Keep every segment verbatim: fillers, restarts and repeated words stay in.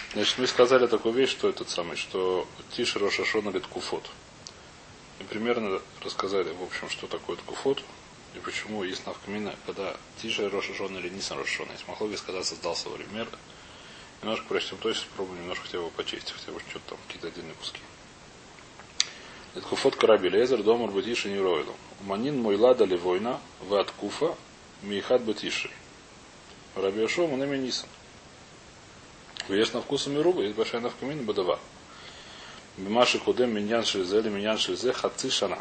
Значит, мы сказали такую вещь, что этот самый, что Тише Рош Хашона или Ткуфот. И примерно рассказали, в общем, что такое Ткуфот и почему есть навкамина, когда Тише Рош Хашона или Нисан Рош Хашона. Есть Махлогис, когда создался во время. Немножко прочтем, то есть попробуем немножко хотя бы почесть, хотя бы что-то там, какие-то отдельные куски. Ткуфот Караби Лезер, Домар Батиши Нейроиду. Манин Мойлада Левойна, В от Куфа, Михат Батиши. Раби Йошуа Манами Нисан. Есть на вкусу мируба, есть большая навкамина бадава. Бимаши кудем миньян шельзе или миньян шельзе хатцы шана.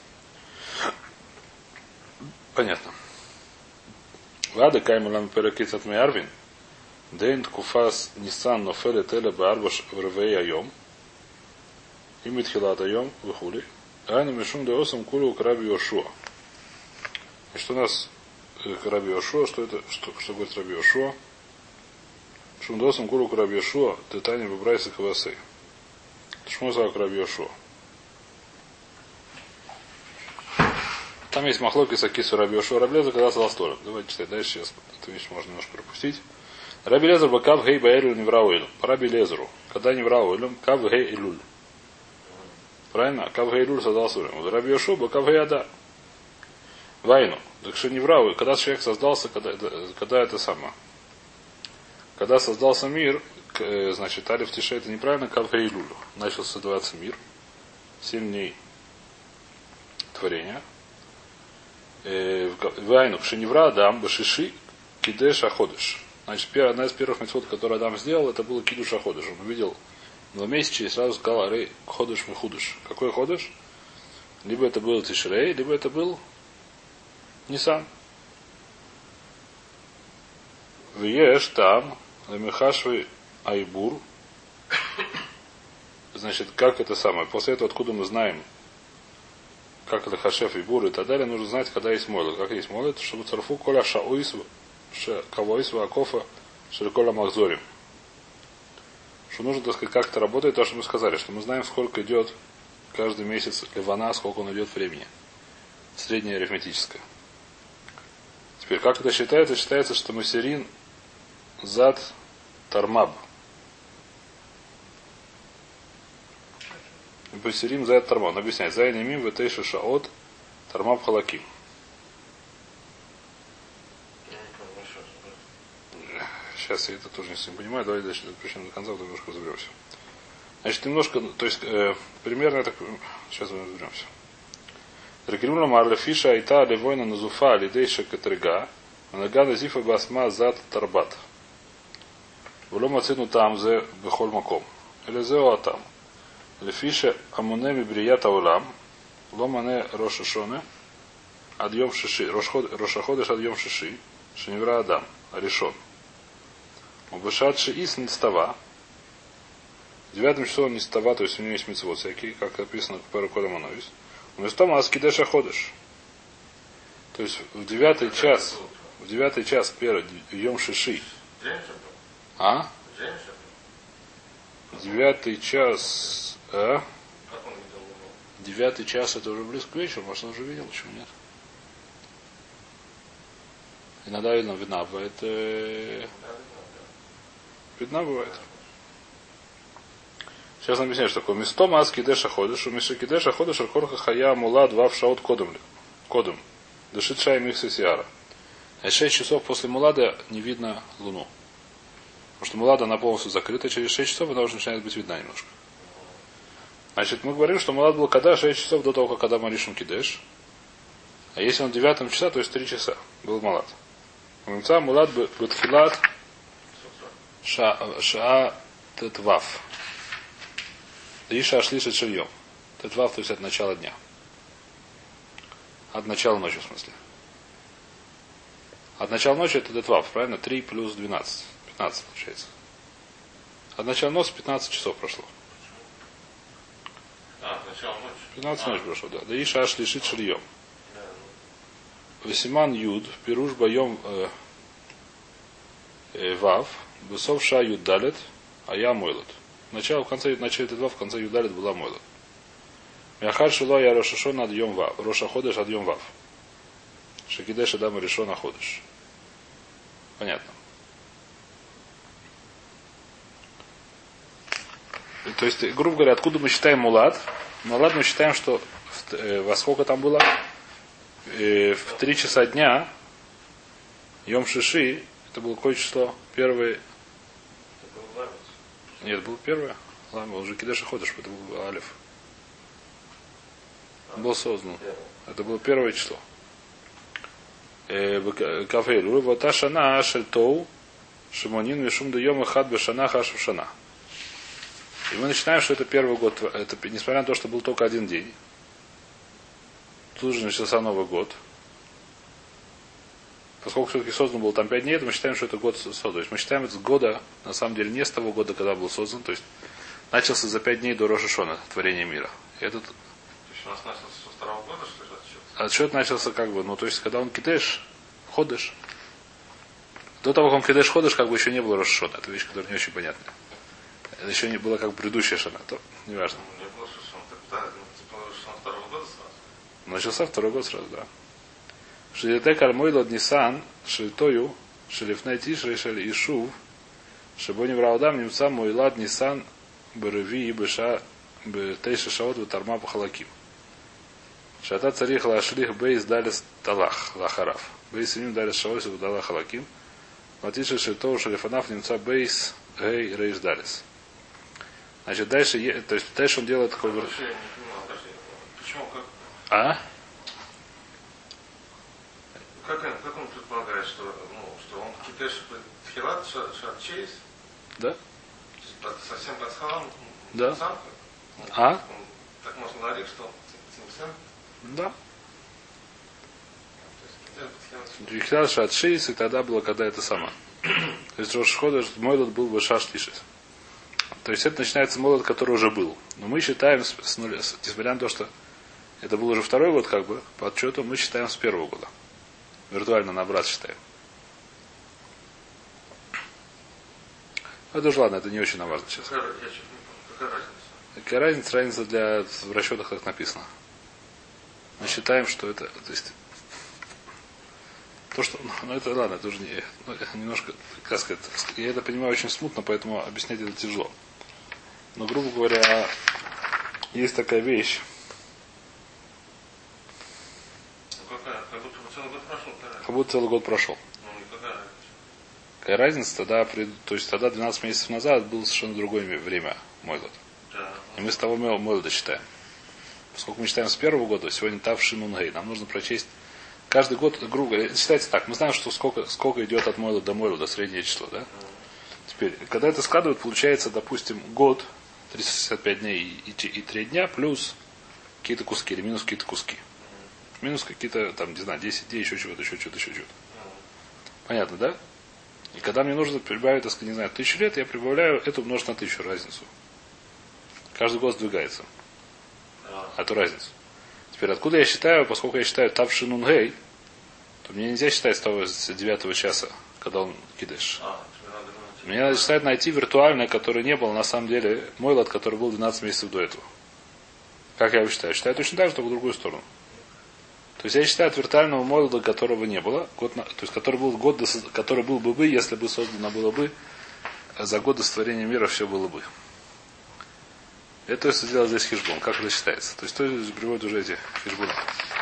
Понятно. Вада каймулам перекис от мейарвин. Дейн ткуфас нисан нофеле теле баарбаш врвей айом. Имит хилат айом выхули. Айна мишум деосам кулу к Раби Йошуа. И что у нас к Раби Йошуа, что это, что, что говорит Раби Йошуа? Шумдосом куру к Раби Йошуа, Тетани Бабрайса Кавасы. Шму за Раби Йошуа. Там есть махлоки с Акису Раби Йошуа. Раби Лезер когда сказал столик. Давайте читать дальше. Сейчас эту вещь можно немножко пропустить. Раби Лезер бакав гей баэлю не врауэлю. По Раби Лезеру. Когда не врауэлю, кав гей илюль. Правильно? Кав гей илюль создал сурим. Раби Йошуа бакав гей ада. Вайну. Так что не врауэлю. Когда человек создался, когда, когда это самое. Когда создался мир, значит, Алиф Тише это неправильно, Кав Илюлю. Начал создаваться мир. Семь дней творения. Вайну, Пшеневра, Адам, Башиши, Кидеш, Аходыш. Значит, одна из первых митцвот, которую Адам сделал, это было Кидуш Аходыш. Он увидел новомесячие и сразу сказал, Арей, Ходыш мы худыш. Какой Ходыш? Либо это был Тишрей, либо это был Нисан. Виеш там, Мехашвы Айбур. Значит, как это самое? После этого, откуда мы знаем, как это Хашеф Айбур и так далее, нужно знать, когда есть молот. Как есть молот, чтобы царфу коля шаоис, кавоис вакофа, шериколя махзорим. Что нужно, так сказать, как это работает, то, что мы сказали, что мы знаем, сколько идет каждый месяц Ливана, сколько он идет времени. Среднее арифметическое. Теперь, как это считается? Считается, что Масерин зад Тармаб. Масерин зад Тармаб. Он объясняет. Зай немим вэтейша шаот Тармаб халаким. Сейчас я это тоже не совсем понимаю. Давайте дальше причем до конца, немножко разберемся. Значит, немножко, то есть, э, примерно так. Сейчас мы разберемся. Рекримла Марля Фиша Айта Левойна Назуфа Лидейша Катрига Нагана Зифа Басма Зад Тарбат. Влома цену там зе бехоль маком. Или зео атам. Лефиша Амунеми Брията Улам. Ломане Рошашоне Адьем Шиши. Рошаходыш Адьем Шиши. Шеневра Адам. Решен. Убышадши Ис Нистава. Девятым часом Нистава, то есть у него есть митцвот всякие, как написано в Переколе Мановис. Вместо Аскидеша ходишь. То есть в девятый час, в девятый час первый Йом Шиши. А? Девятый час. А? Девятый час это уже близко к вечеру, может он уже видел, почему нет? Иногда видно, видна бывает. Э... Видна бывает. Сейчас он объясняет, что такое. Место маски деша ходишь, у Миши кидеша ходишь, аркорха хая мула два в шаот кодом. Кодом. Дышит шай михса сиара. А шесть часов после мулада не видно луну. Потому что мулада она полностью закрыта, через шесть часов она уже начинает быть видна немножко. Значит, мы говорим, что мулад был когда шесть часов до того, как когда Маришин кидеш. А если он в девятом часа, то есть три часа был мулад. Мумца мулад бетхилат ша тетвав. Иша ашлишет шильем. Тетвав, то есть от начала дня. От начала ночи, в смысле. От начала ночи это тетвав, правильно? три плюс двенадцать. пятнадцать получается. От начала ночи пятнадцать часов прошло. А, от начала ночи? пятнадцать а. ночи прошло, да. Да иша ашлишет шильем. Весиман юд, пируш боем э, э, вав, высов ша юд далет, а я мойлот. Начало, в конце, в начале Т два, в конце Юдалит была Мойла. Мяхар шило я рошашон над йом вав. Роша ходыш ад йом вав. Шакидеш адам решона ходыш. Понятно. То есть, грубо говоря, откуда мы считаем мулад? Мулад мы считаем, что в, э, во сколько там было? Э, в три часа дня Йом Шиши, это было какое число? Первое. Нет, это было первое. Ладно, уже Кидеша ходишь, это был Алиф. Был создан. Это было первое число. Кафель. Вот Ашана Шельтоу Шимонин Вишум Дайома Хад Бешана Хашев Шана. И мы начинаем, что это первый год. Это, несмотря на то, что был только один день. Тут же начался Новый год. Поскольку все-таки создан был там пять дней, то мы считаем, что это год создан. То есть мы считаем это с года, на самом деле, не с того года, когда был создан. То есть начался за пять дней до Роша Шона, творения мира. И этот... То есть у нас начался со второго года, что ли, отсчет? Отсчет начался как бы, ну то есть когда он кидеш, ходишь. До того, как он кидеш ходишь, как бы еще не было Роша Шона. Это вещь, которая не очень понятная. Это еще не было как бы предыдущая Шона, то неважно. Не было Роша Шона, так да, типа Роша Шона второго года сразу? Начался второй год сразу, да. Шелитек Альмойлод Нисан, Шельтою, Шелифнай Тишрей, Шель Ишув, Шебони Враудам, Немца Мойлад Нисан, Береви и Беша, Бетейша Шаот, Ватарма Пахалаким. Шата Царих Лашлих Бейс Далис Талах, Лахараф. Бейс Ним Далис Шаот, Ватарма Халаким. Матиша Шельтою, Шелифанав, Немца Бейс, Гей Рейш Далис. Значит, дальше, то есть дальше он делает такой... Почему? Как? А? Как, как он предполагает, что, ну, что он кидеш тхилат шат чейз? Да. Совсем под халам? Да. Сам? А? Он, так можно говорить, что цимсем? Да. Тхилат шат чейз, и тогда было, когда это само. То есть Рош Ходеш, Мойлот был бы шаш тишес. То есть это начинается молот, который уже был. Но мы считаем, с, с нуля, с, несмотря на то, что это был уже второй год, как бы, по отчету, мы считаем с первого года. Виртуально на обрат считаем. Это же ладно, это не очень нам важно сейчас. Какая, какая разница? Какая разница? Разница для в расчетах, как написано. Мы считаем, что это. То есть. То, что. Ну это ладно, это уже не. Ну, немножко, как сказать, я это понимаю очень смутно, поэтому объяснять это тяжело. Но, грубо говоря, есть такая вещь. Как будто целый год прошел. Ну, никакая разница. Какая разница? Тогда, то есть тогда двенадцать месяцев назад было совершенно другое время Мойлот. Да. И мы с того Мойлота считаем. Поскольку мы считаем с первого года, сегодня Тав Шинунгей. Нам нужно прочесть каждый год, грубо говоря, считается так. Мы знаем, что сколько, сколько идет от Мойлота до Мойлота, среднее число, да? Теперь, когда это складывают, получается, допустим, год, триста шестьдесят пять дней и, и, и три дня, плюс какие-то куски, или минус какие-то куски. Минус какие-то, там, не знаю, десять дней, еще чего-то, еще что-то, еще что-то. Понятно, да? И когда мне нужно прибавить, так сказать, не знаю, тысячу лет, я прибавляю это умножить на тысячу, разницу. Каждый год сдвигается. Эту разницу. Теперь, откуда я считаю, поскольку я считаю Тавшинунгей, то мне нельзя считать с того, с девятого часа, когда он кидыш. Мне надо считать, найти виртуальное, которое не было, на самом деле, Мойлот, который был двенадцать месяцев до этого. Как я его считаю? Считаю точно так же, только в другую сторону. То есть я считаю от виртуального Мойлода, которого не было, год на, то есть который был год, до, который был бы бы, если бы создано было бы, а за год до сотворения мира все было бы. Это то есть сделал здесь хижбон. Как это считается? То есть то есть приводит уже эти хижбоны.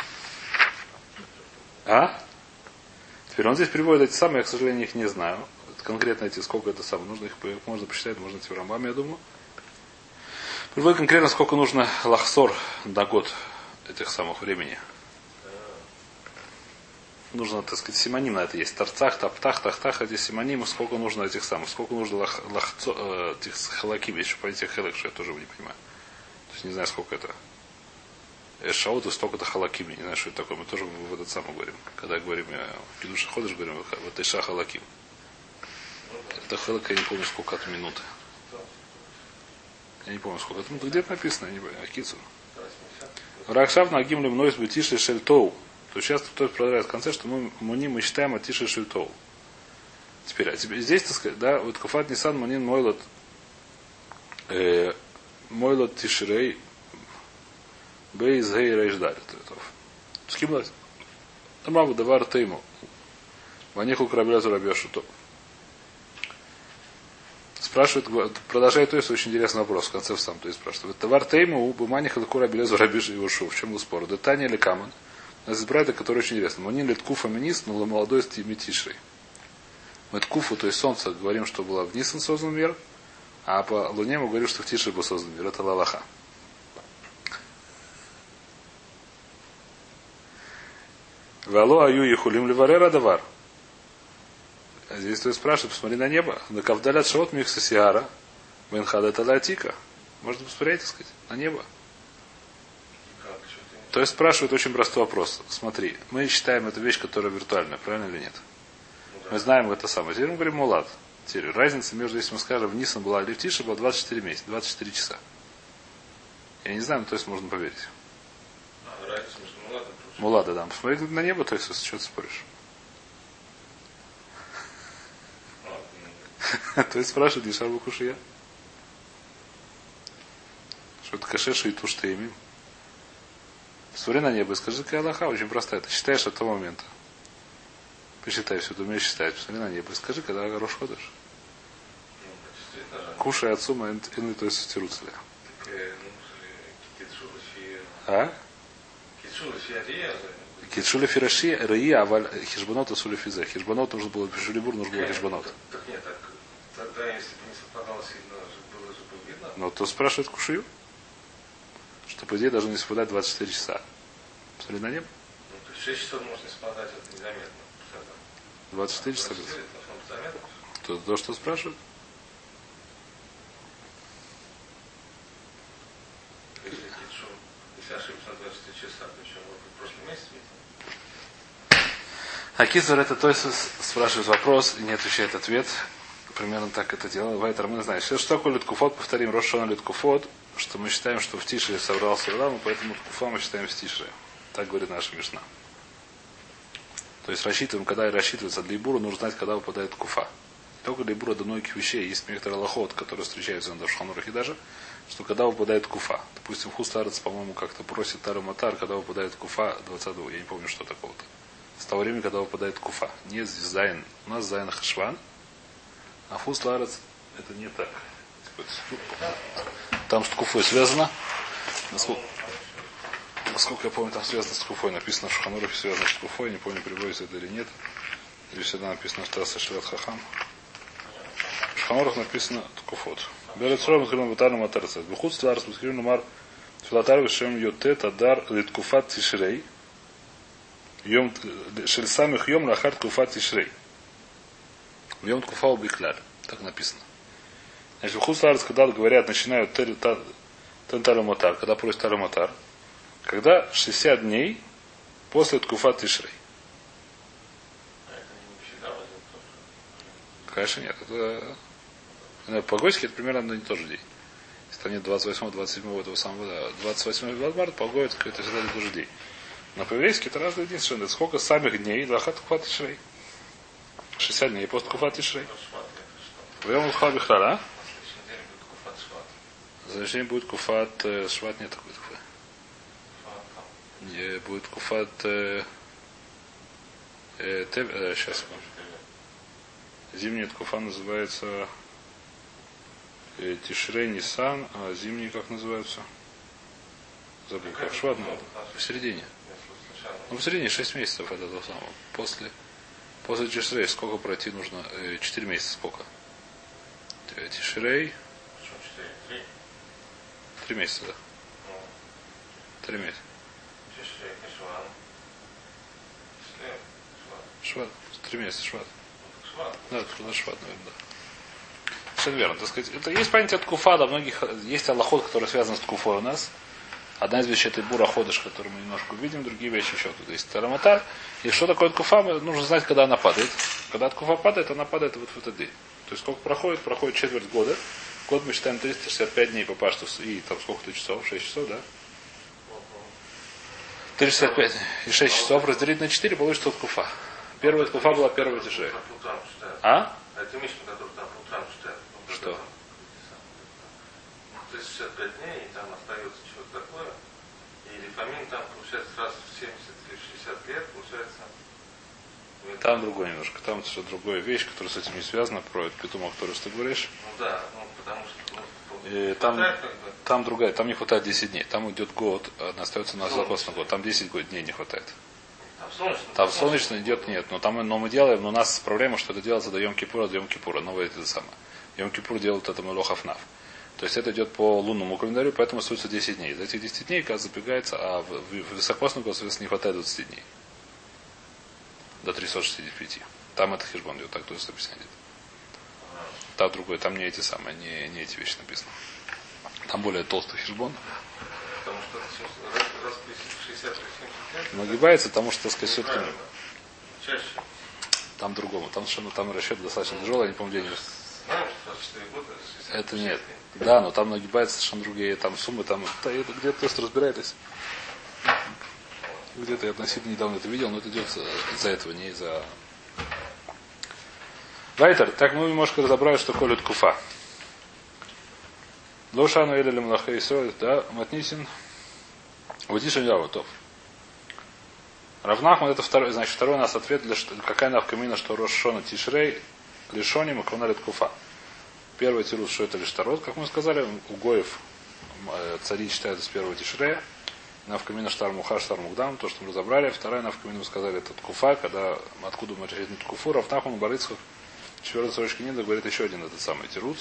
А? Теперь он здесь приводит эти самые, я, к сожалению, их не знаю. Конкретно эти, сколько это самое. Нужно их можно посчитать, можно идти в Рамбаме, я думаю. Приводит конкретно, сколько нужно лахсор на год этих самых времени. Нужно, так сказать, симоним на это есть. Тарцах, таптах, тахтах, эти симонимы, сколько нужно этих самых, сколько нужно лах, лахцо, э, этих халаким, еще понятие хелек, что я тоже не понимаю. То есть не знаю, сколько это. Эшаут и столько-то халаким, не знаю, что это такое. Мы тоже в этот самый говорим. Когда говорим, в Кидуше ходишь, говорим, вот эша халаким. Это хелек, я не помню, сколько от минуты. Я не помню, сколько от минуты. Где-то написано, я не помню, Акицу. Ракшав на гимлем нойс бетишли шельтоу. То есть сейчас кто-то продолжает в конце, что мы муни мы считаем от Тиши Шильтоу. Теперь, а теперь здесь, так сказать, да, вот Кафат Нисан Мунин Мойлот э, Мойлот Тиширей Бейз Гей Рейждаль. С кем лазит? Тамабу Давар Тейму. Ваниху Крабля Зурабья Шуто. Спрашивает, продолжает, то есть очень интересный вопрос, в конце сам, то есть спрашивает. Товар Тейму у Бумани Халакура Белезу Рабиш и Ушу. В чем был спор? Детания или Каман? У нас есть братья, которые очень интересны. Монин Литкуфа Минис, но молодой с Тимитишей. Мы Ткуфу, то есть солнце, говорим, что было в Нисан создан мир, а по Луне мы говорим, что в Тише был создан мир. Это Лалаха. Вало аю ехулим ливарера давар. Здесь то есть спрашивает, посмотри на небо. На кавдалят шот микса сиара. Бенхада талатика. Можно посмотреть, так сказать, на небо. То есть спрашивает очень простой вопрос. Смотри, мы считаем эту вещь, которая виртуальная, правильно или нет? Мы знаем это самое. Теперь мы говорим мулат. Теперь разница между, если мы скажем, в Нисан была, или в Тише была двадцать четыре месяца, двадцать четыре часа. Я не знаю, но то есть можно поверить. А, разница между муладом. Мулада, да. Посмотри на небо, то есть, что ты споришь. То есть спрашивает Ишар Бакушия. Что это кашеши и ту, что имеем. Посмотри на небо и скажи, какая Аллаха, очень простая. Ты считаешь от того момента. Посчитай все, ты умеешь считать. Посмотри на небо и скажи, когда хорош ходишь. Кушай отцу, ины, то есть стирутся. А? Китшули фираши, рии, а хижбанота сули физе. Хижбанот нужно было, пишулибур нужно было хижбанот. Так нет, так тогда, если бы не совпадало сильно, было же бы видно. Ну, то спрашивает Кушию, что по идее должны не совпадать двадцать четыре часа. Посмотри на небо. Ну, то есть шесть часов можно не совпадать, это незаметно. двадцать четыре часа. Заметно. То, то, что спрашивают? Если если ошибся на двадцать четыре часа, то еще может быть в прошлом месяце видно. Акизар это то есть спрашивает вопрос и не отвечает ответ. Примерно так это дело. Вайтер мы знаем. Что такое Литкуфот? Повторим. Рошона Литкуфот, что мы считаем, что в Тише собрался Урам, и поэтому Ткуфа мы считаем в Тише. Так говорит наша Мишна. То есть рассчитываем, когда и рассчитывается для Ибура, нужно знать, когда выпадает Куфа. Только для Ибура до многих вещей есть некоторый лохот, который встречается на Шханурахе даже, что когда выпадает Куфа. Допустим, Хустарец, по-моему, как-то просит Тару Матар, когда выпадает Куфа двадцатого, я не помню, что такого-то. С того времени, когда выпадает Куфа. Не Зайн. У нас Зайн Хашван, а Хустарец это не так. Там с Куфой связано. Насколько, насколько я помню, там связано с Куфой. Написано в Шханурахе связано с Куфой. Не помню, приводится это или нет. Или всегда написано в Таса Шират Хахам. В Шханурах написано Ткуфот. Берет срок, открыл Батарну Матарца. Бухуд Сларс, открыл Numar Филатар Вишем Йоте Тадар Литкуфат Тишрей. Йом Шельсамих Йом Лахар Ткуфат Тишрей. Йом Ткуфау Бикляль. Так написано. Значит, в Хусларец, когда говорят, начинают Тентару Матар, когда просят Тару Матар, когда шестьдесят дней после Ткуфат Тишрей. Конечно, нет. Это по-гойски это примерно не тот же день. Если там нет двадцать восьмого, двадцать седьмого этого самого года, двадцать восьмого марта, по-гойски это всегда не тот же день. Но по-еврейски это разные дни совершенно. Это сколько самих дней Лахат Ткуфат Тишрей? шестьдесят дней после Ткуфат Тишрей. Времен Ткуфат Бихлар, а? Значит, будет Куфат Шват, нет такой Куфа. Не будет Куфат э, э, тев, э, сейчас. Зимний Куфа называется э, Тишрей Нисан, а зимний как называется? Забыл, как Шват надо. Посередине. Ну, посередине шесть месяцев это то самое. После, после Тишрей сколько пройти нужно? Э, четыре месяца сколько? Тишрей. Три месяца, да. Три месяца. Шват. Три месяца шват. Да, это шват, наверное, да. Совершенно верно. Так сказать, это есть понятие ткуфа, да, многих есть аллахот, который связан с ткуфой у нас. Одна из вещей это бура ходыш, которую мы немножко увидим, другие вещи еще тут есть тараматар. И что такое ткуфа, нужно знать, когда она падает. Когда ткуфа падает, она падает вот в этот день. То есть сколько проходит? Проходит четверть года. Год мы считаем триста шестьдесят пять дней по пашту. И там сколько-то часов? шесть часов, да? триста шестьдесят пять и шесть часов разделить на четыре получится ткуфа. Первая ткуфа была первая тишрей. А? Это мысль, которую там по утрам читают. Что? триста шестьдесят пять дней, и там остается что-то такое. И Лифамин там получается раз в семьдесят или шестьдесят лет, получается Там другое немножко. Там что другая вещь, которая с этим не связана, про Петума, о которой ты говоришь. Ну да, ну потому что ну, И там, хватает, как бы. там другая, там не хватает десять дней. Там идет год, а остается на запасный год. Там десять дней не хватает. Там солнечно. Там солнечно идет, нет. Но там но мы делаем, но у нас проблема, что это делается до Йом-Кипура, до Йом-Кипура. Новое это самое. Йом-Кипур делают это Мелохафнав. То есть это идет по лунному календарю, поэтому остается десять дней. За этих десять дней, как забегается, а в, в, в высокосный год, соответственно, не хватает двадцати дней. До трехсот шестидесяти пяти. Там это хижбон идет, так то есть объясняет. Там другой, там не эти самые, не, не эти вещи написаны. Там более толстый хижбон. Потому что раз, раз шестьдесят семьдесят пять. Нагибается, потому что, так сказать, все-таки. Чаще. Там другому. Там совершенно там расчет достаточно тяжелый, я не помню, где Знаем, что двадцать четыре года, это нет. Да, но там нагибается совершенно другие там суммы, там это где-то тест разбирайтесь. Где-то я относительно недавно это видел, но это идет из-за этого, не из-за. Вайтер, так мы немножко разобрали, что такое люткуфа. Лошану или лемлаха и сроид, да, Матнисин. Вадишин Явотов. Равнахман это второй, значит, второй у нас ответ, для что, какая навкамина, что Рошона Тишрей, Лишони, Макрона Люткуфа. Первый тирус, что это лишь тарот, как мы сказали, у Гоев цари читают из первого Тишрея. Навкамина Штар Муха, Штар Мугдам, то, что мы разобрали. Вторая навкамина, мы сказали, это Ткуфа, когда, откуда мы решили Ткуфу, Равнахман Барыцков, четвертый сорочки Нида, говорит еще один этот самый тирус.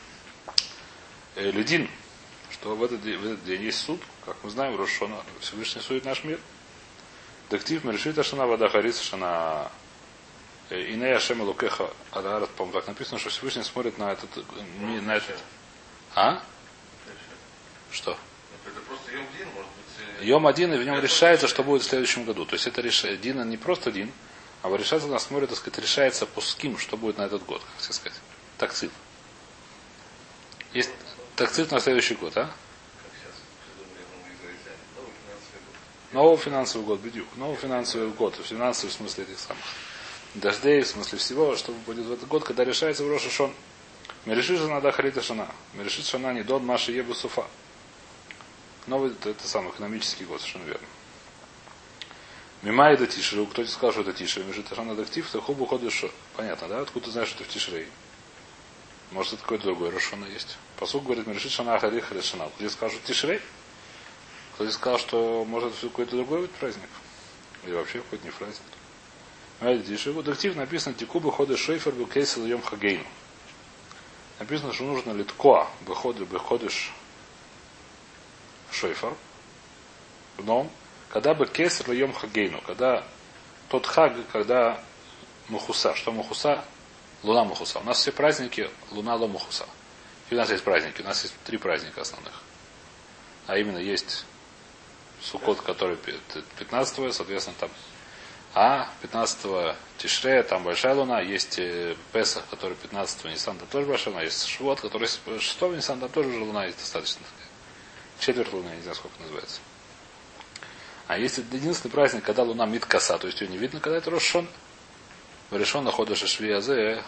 Людин, что в этот, день, в этот день есть суд, как мы знаем, Рошона, Всевышний судит наш мир. Дактив Мерешит Ашана Вада Харис Шана Инея Шема Лукеха Адарат, по-моему, так написано, что Всевышний смотрит на этот, на этот. А? Что? Это просто Йом один, может быть. Йом один, и в нем решается, что будет в следующем году. То есть это решает Дина не просто Дин, а решается, нас смотрит, так сказать, решается пуским, что будет на этот год, как сказать. Такцив. Есть такцив на следующий год, а? Новый финансовый год, бедюк. Новый финансовый год. Финансовый в смысле этих самых дождей, в смысле всего, что будет в этот год, когда решается в Роша Шон. Мерешит Шана Харита Шана. Мерешит Шана не Дон Маши Ебу Суфа. Новый, это, это самый экономический год, совершенно верно. Мимай это Тишрей. Кто-то сказал, что это Тишрей. Мерешит Шана Дактив, то хубу ходишь. Понятно, да? Откуда ты знаешь, что это в Тишрей? Может, это какой-то другой Рошона есть. Посуд говорит, Мерешит Шана Харита Шана. Кто-то сказал, что Тишрей? Кто-то сказал, что может какой-то другой быть праздник. Или вообще какой-то не праздник. Дактив написано Тикубы ходы шейфер бы кейсел йом хагейну. Написано, что нужно литкоа выходы бы ходишь шейфер. Но когда бы кейсел йом хагейну, когда тот хаг, когда мухуса, что мухуса? Луна мухуса. У нас все праздники луна ло мухуса. И у нас есть праздники, у нас есть три праздника основных. А именно есть Суккот, который пятнадцатого, соответственно, там. А пятнадцатого Тишрея, там большая луна, есть Песах, который пятнадцатого Ниссана, там тоже большая луна, есть Швот, который шестого Ниссана, там тоже уже луна есть достаточно. Четверть луны, я не знаю, сколько называется. А есть единственный праздник, когда луна миткаса, то есть ее не видно, когда это Рошон. Решон находишь Швиязе,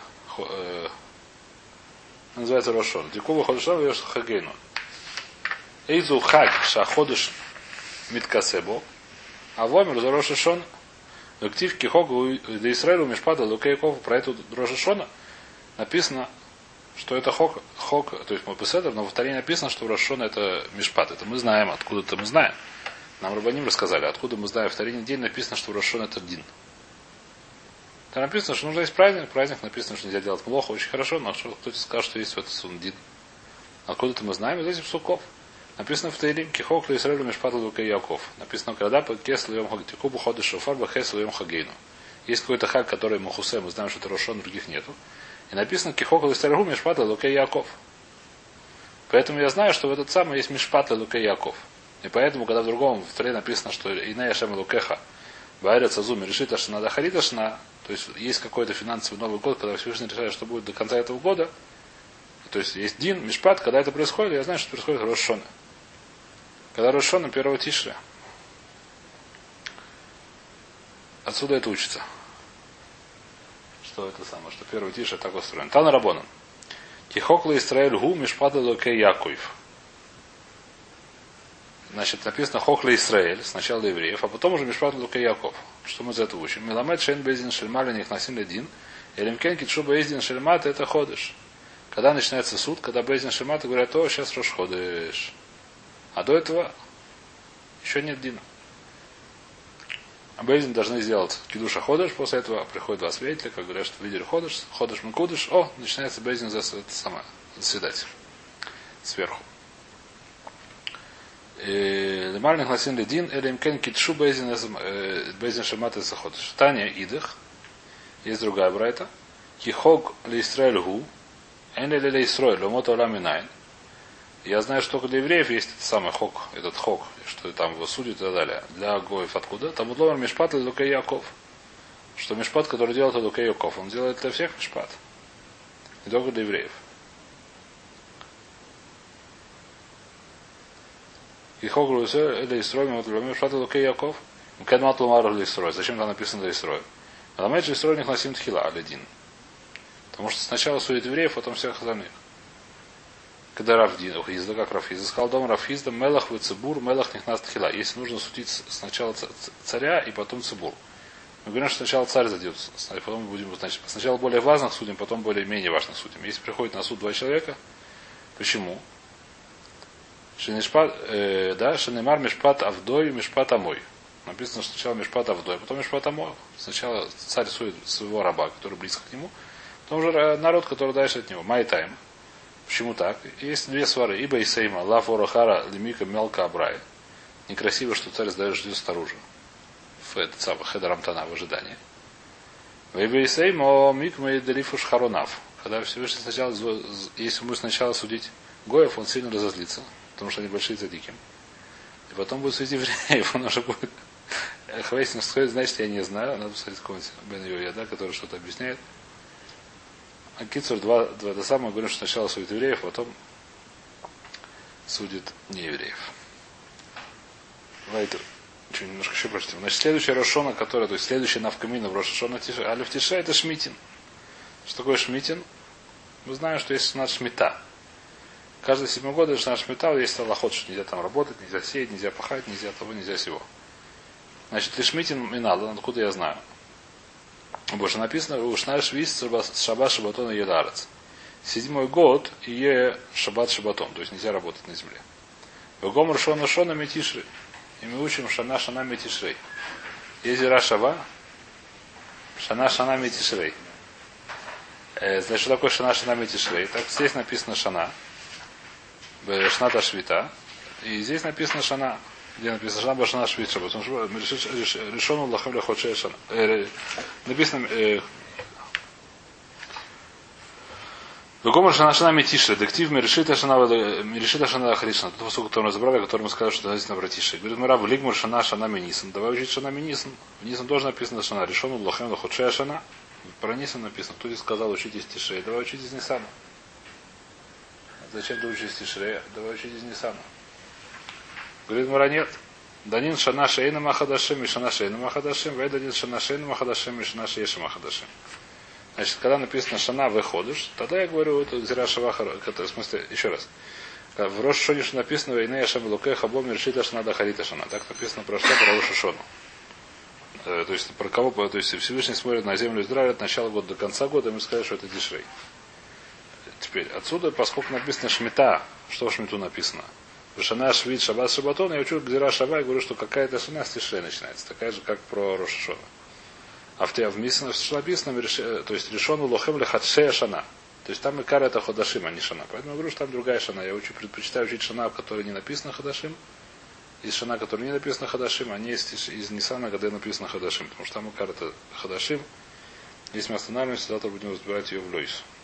называется Рошон. Дикува ходишь Хагейну. Эйзу хаг шаходыш миткасебо, а вомер за Рошишон. Актив Кихогу до Израиля Мишпада Лукейков про эту Рошишона написано, что это хок, хок, то есть Мопеседер, но во вторе написано, что Рошишон это Мишпад. Это мы знаем, откуда-то мы знаем. Нам Рабаним рассказали, откуда мы знаем. В второй неделе написано, что Рошишон это Дин. Там написано, что нужно есть праздник. Праздник написано, что нельзя делать плохо, очень хорошо, но кто-то скажет, что есть в этом Сундин. Откуда-то мы знаем из этих суков. Написано в Таилим, Кихок ли Исраилю Мишпат Лука Яков. Написано, когда по Кеслу Йом Хагейну. Кубу ходы Шофар Бахесу Йом Хагейну. Есть какой-то хаг, который Мухусе, мы знаем, что это Рошон, других нету. И написано, Кихок ли Исраилю Мишпат Лука Яков. Поэтому я знаю, что в этот самый есть Мишпат Лука Яков. И поэтому, когда в другом в Торе написано, что Инея Шема Лукеха Байрет Сазуми решит, что надо Хариташна, то есть есть какой-то финансовый Новый год, когда Всевышний решает, что будет до конца этого года. То есть есть Дин, Мишпат, когда это происходит, я знаю, что происходит Рошона. Когда Рошона первого Тишля. Отсюда это учится. Что это самое, что первый Тишля так устроен. Тана Рабонан. Кихокла Исраэль гу мишпада локе Якуев. Значит, написано Хохля Исраэль, сначала евреев, а потом уже Мишпат Лука Яков. Что мы из этого учим? Меламед Шейн Бездин Шельмали них насим один. Элемкен Китшуба Эздин Шельмат это ходыш. Когда начинается суд, когда Бездин Шельмат говорят, о, сейчас Рош ходыш. А до этого еще нет дина. А Бездин должны сделать кидуша ходыш, после этого приходят два свидетеля, как говорят, что видели ходыш, ходыш мы кудыш, о, начинается Бездин за это самое, заседать сверху. Лемальных насин ледин, или имкен китшу Бездин Шельмат это ходыш. Таня идых. Есть другая брайта. Кихог ли Исраэль гу, эн ли Исраэль, ломота ламинайн. Я знаю, что только для евреев есть этот самый хог, этот хог, что там его судят и так далее. Для гоев откуда? Там удломер мишпат или лукей Яков. Что мишпат, который делает лукей Яков, он делает для всех мишпат. Не только для евреев. Кихог ли Исраэль, ломота ламинайн, мишпат лукей Яков. Кедмат лумар ли Исраэль. Зачем там написано для Исраэль? А ламайт же Исраэль них насим тхила, аль-один. Потому что сначала судит евреев, потом всех остальных. Когда Рафхизда, как Рафхизда, сказал дом Рафхизда, мелах вы цибур, мелах них нас тхила. Если нужно судить сначала царя и потом цибур. Мы говорим, что сначала царь задет, потом будем, значит, сначала более важных судим, потом более менее важных судим. Если приходит на суд два человека, почему? Шинешпат, э, да, Шинемар Мишпат Авдой, Мишпат Амой. Написано, что сначала Мишпат Авдой, потом Мишпат Амой. Сначала царь судит своего раба, который близко к нему, потом уже народ, который дальше от него. Майтайм. Почему так? Есть две свары. Ибо Исейма, Лав Орахара, Лемика, Мелка, Абрай. Некрасиво, что царь сдает ждет снаружи. В этот самый Хедарамтана в ожидании. Ибо Исейма, Микма и Делифуш Харонав. Когда Всевышний сначала, если мы сначала судить Гоев, он сильно разозлится, потому что они большие задики. И потом будет судить евреев, он уже будет. Хвейсин сходит, значит, я не знаю. Надо посмотреть какого-нибудь Бен Йояда, который что-то объясняет. А Кицур два, два до самого говорит, что сначала судит евреев, а потом судит неевреев. Давайте что, немножко еще прочтем. Значит, следующая Рошона, которая, то есть следующая Навкамина в Рошона Тише, Алиф Тише, это Шмитин. Что такое Шмитин? Мы знаем, что есть наш Шмита. Каждые седьмой года наш Шмита, есть аллахот, что нельзя там работать, нельзя сеять, нельзя пахать, нельзя того, нельзя всего. Значит, Лишмитин Минала, откуда я знаю? Больше написано, Ушнай Швиз Шаббат Шабатон и Едарец. Седьмой год и Шаббат Шабатон, то есть нельзя работать на земле. Вегомр Шона Шона Метишры. И мы учим Шана Шана Метишрей. Езера Шава, Шана Шана Метишрей. Значит, что такое Шана Шана Метишрей? Так, здесь написано Шана. Шната Швита. И здесь написано Шана. Где написано Шана Башана Швид Шаббат. Решено Лахам Лехотшея Шана. Написано Вегомар Шана Шана Метишрей. Дектив Мерешита Шана Мерешита Шана Харишна. Тот посыл, который мы разобрали, который мы сказали, что это на братиши. Говорит, мы раб Лигмар Шана Шана Минисан. Давай учить Шана Минисан. Минисан тоже написано Шана. Решено Лахам Лехотшея Шана. Про Нисан написано. Кто здесь сказал, учитесь Тишрей. Давай учитесь Нисана. Зачем ты учишь Тишрея? Давай учитесь Нисана. Говорит, Мара, нет. Данин Шана Шейна Махадашим и Шана Шейна Махадашим. Вайданин Шана Шейна Махадашим и Шана Шейша Махадашим. Значит, когда написано Шана выходишь, тогда я говорю, это Зира Шавахар, в смысле, еще раз. В Рош Шоне написано, Вейне Яшем Луке Хабом Решита Шана Дахарита Шана. Так написано про что? Про Рош Шону. То есть, про кого? То есть, Всевышний смотрит на землю Израиля от начала года до конца года, и мы сказали, что это Тишрей. Теперь, отсюда, поскольку написано Шмита, что в Шмиту написано? Шана Швид Шаббат Шабатон, я учу Гзира Шава и говорю, что какая-то Шана с Тишрей начинается, такая же, как про Рош Шона. А в Мисане что написано, то есть решен Лохем Лехатшея Шана. То есть там и кара это Ходашим, а не Шана. Поэтому я говорю, что там другая Шана. Я учу, предпочитаю учить Шана, в которой не написано Ходашим. Из Шана, в которой не написано Ходашим, а не из, из Нисана, где написано Ходашим. Потому что там и кара это Ходашим. Если мы останавливаемся, завтра будем разбирать ее в Лойс.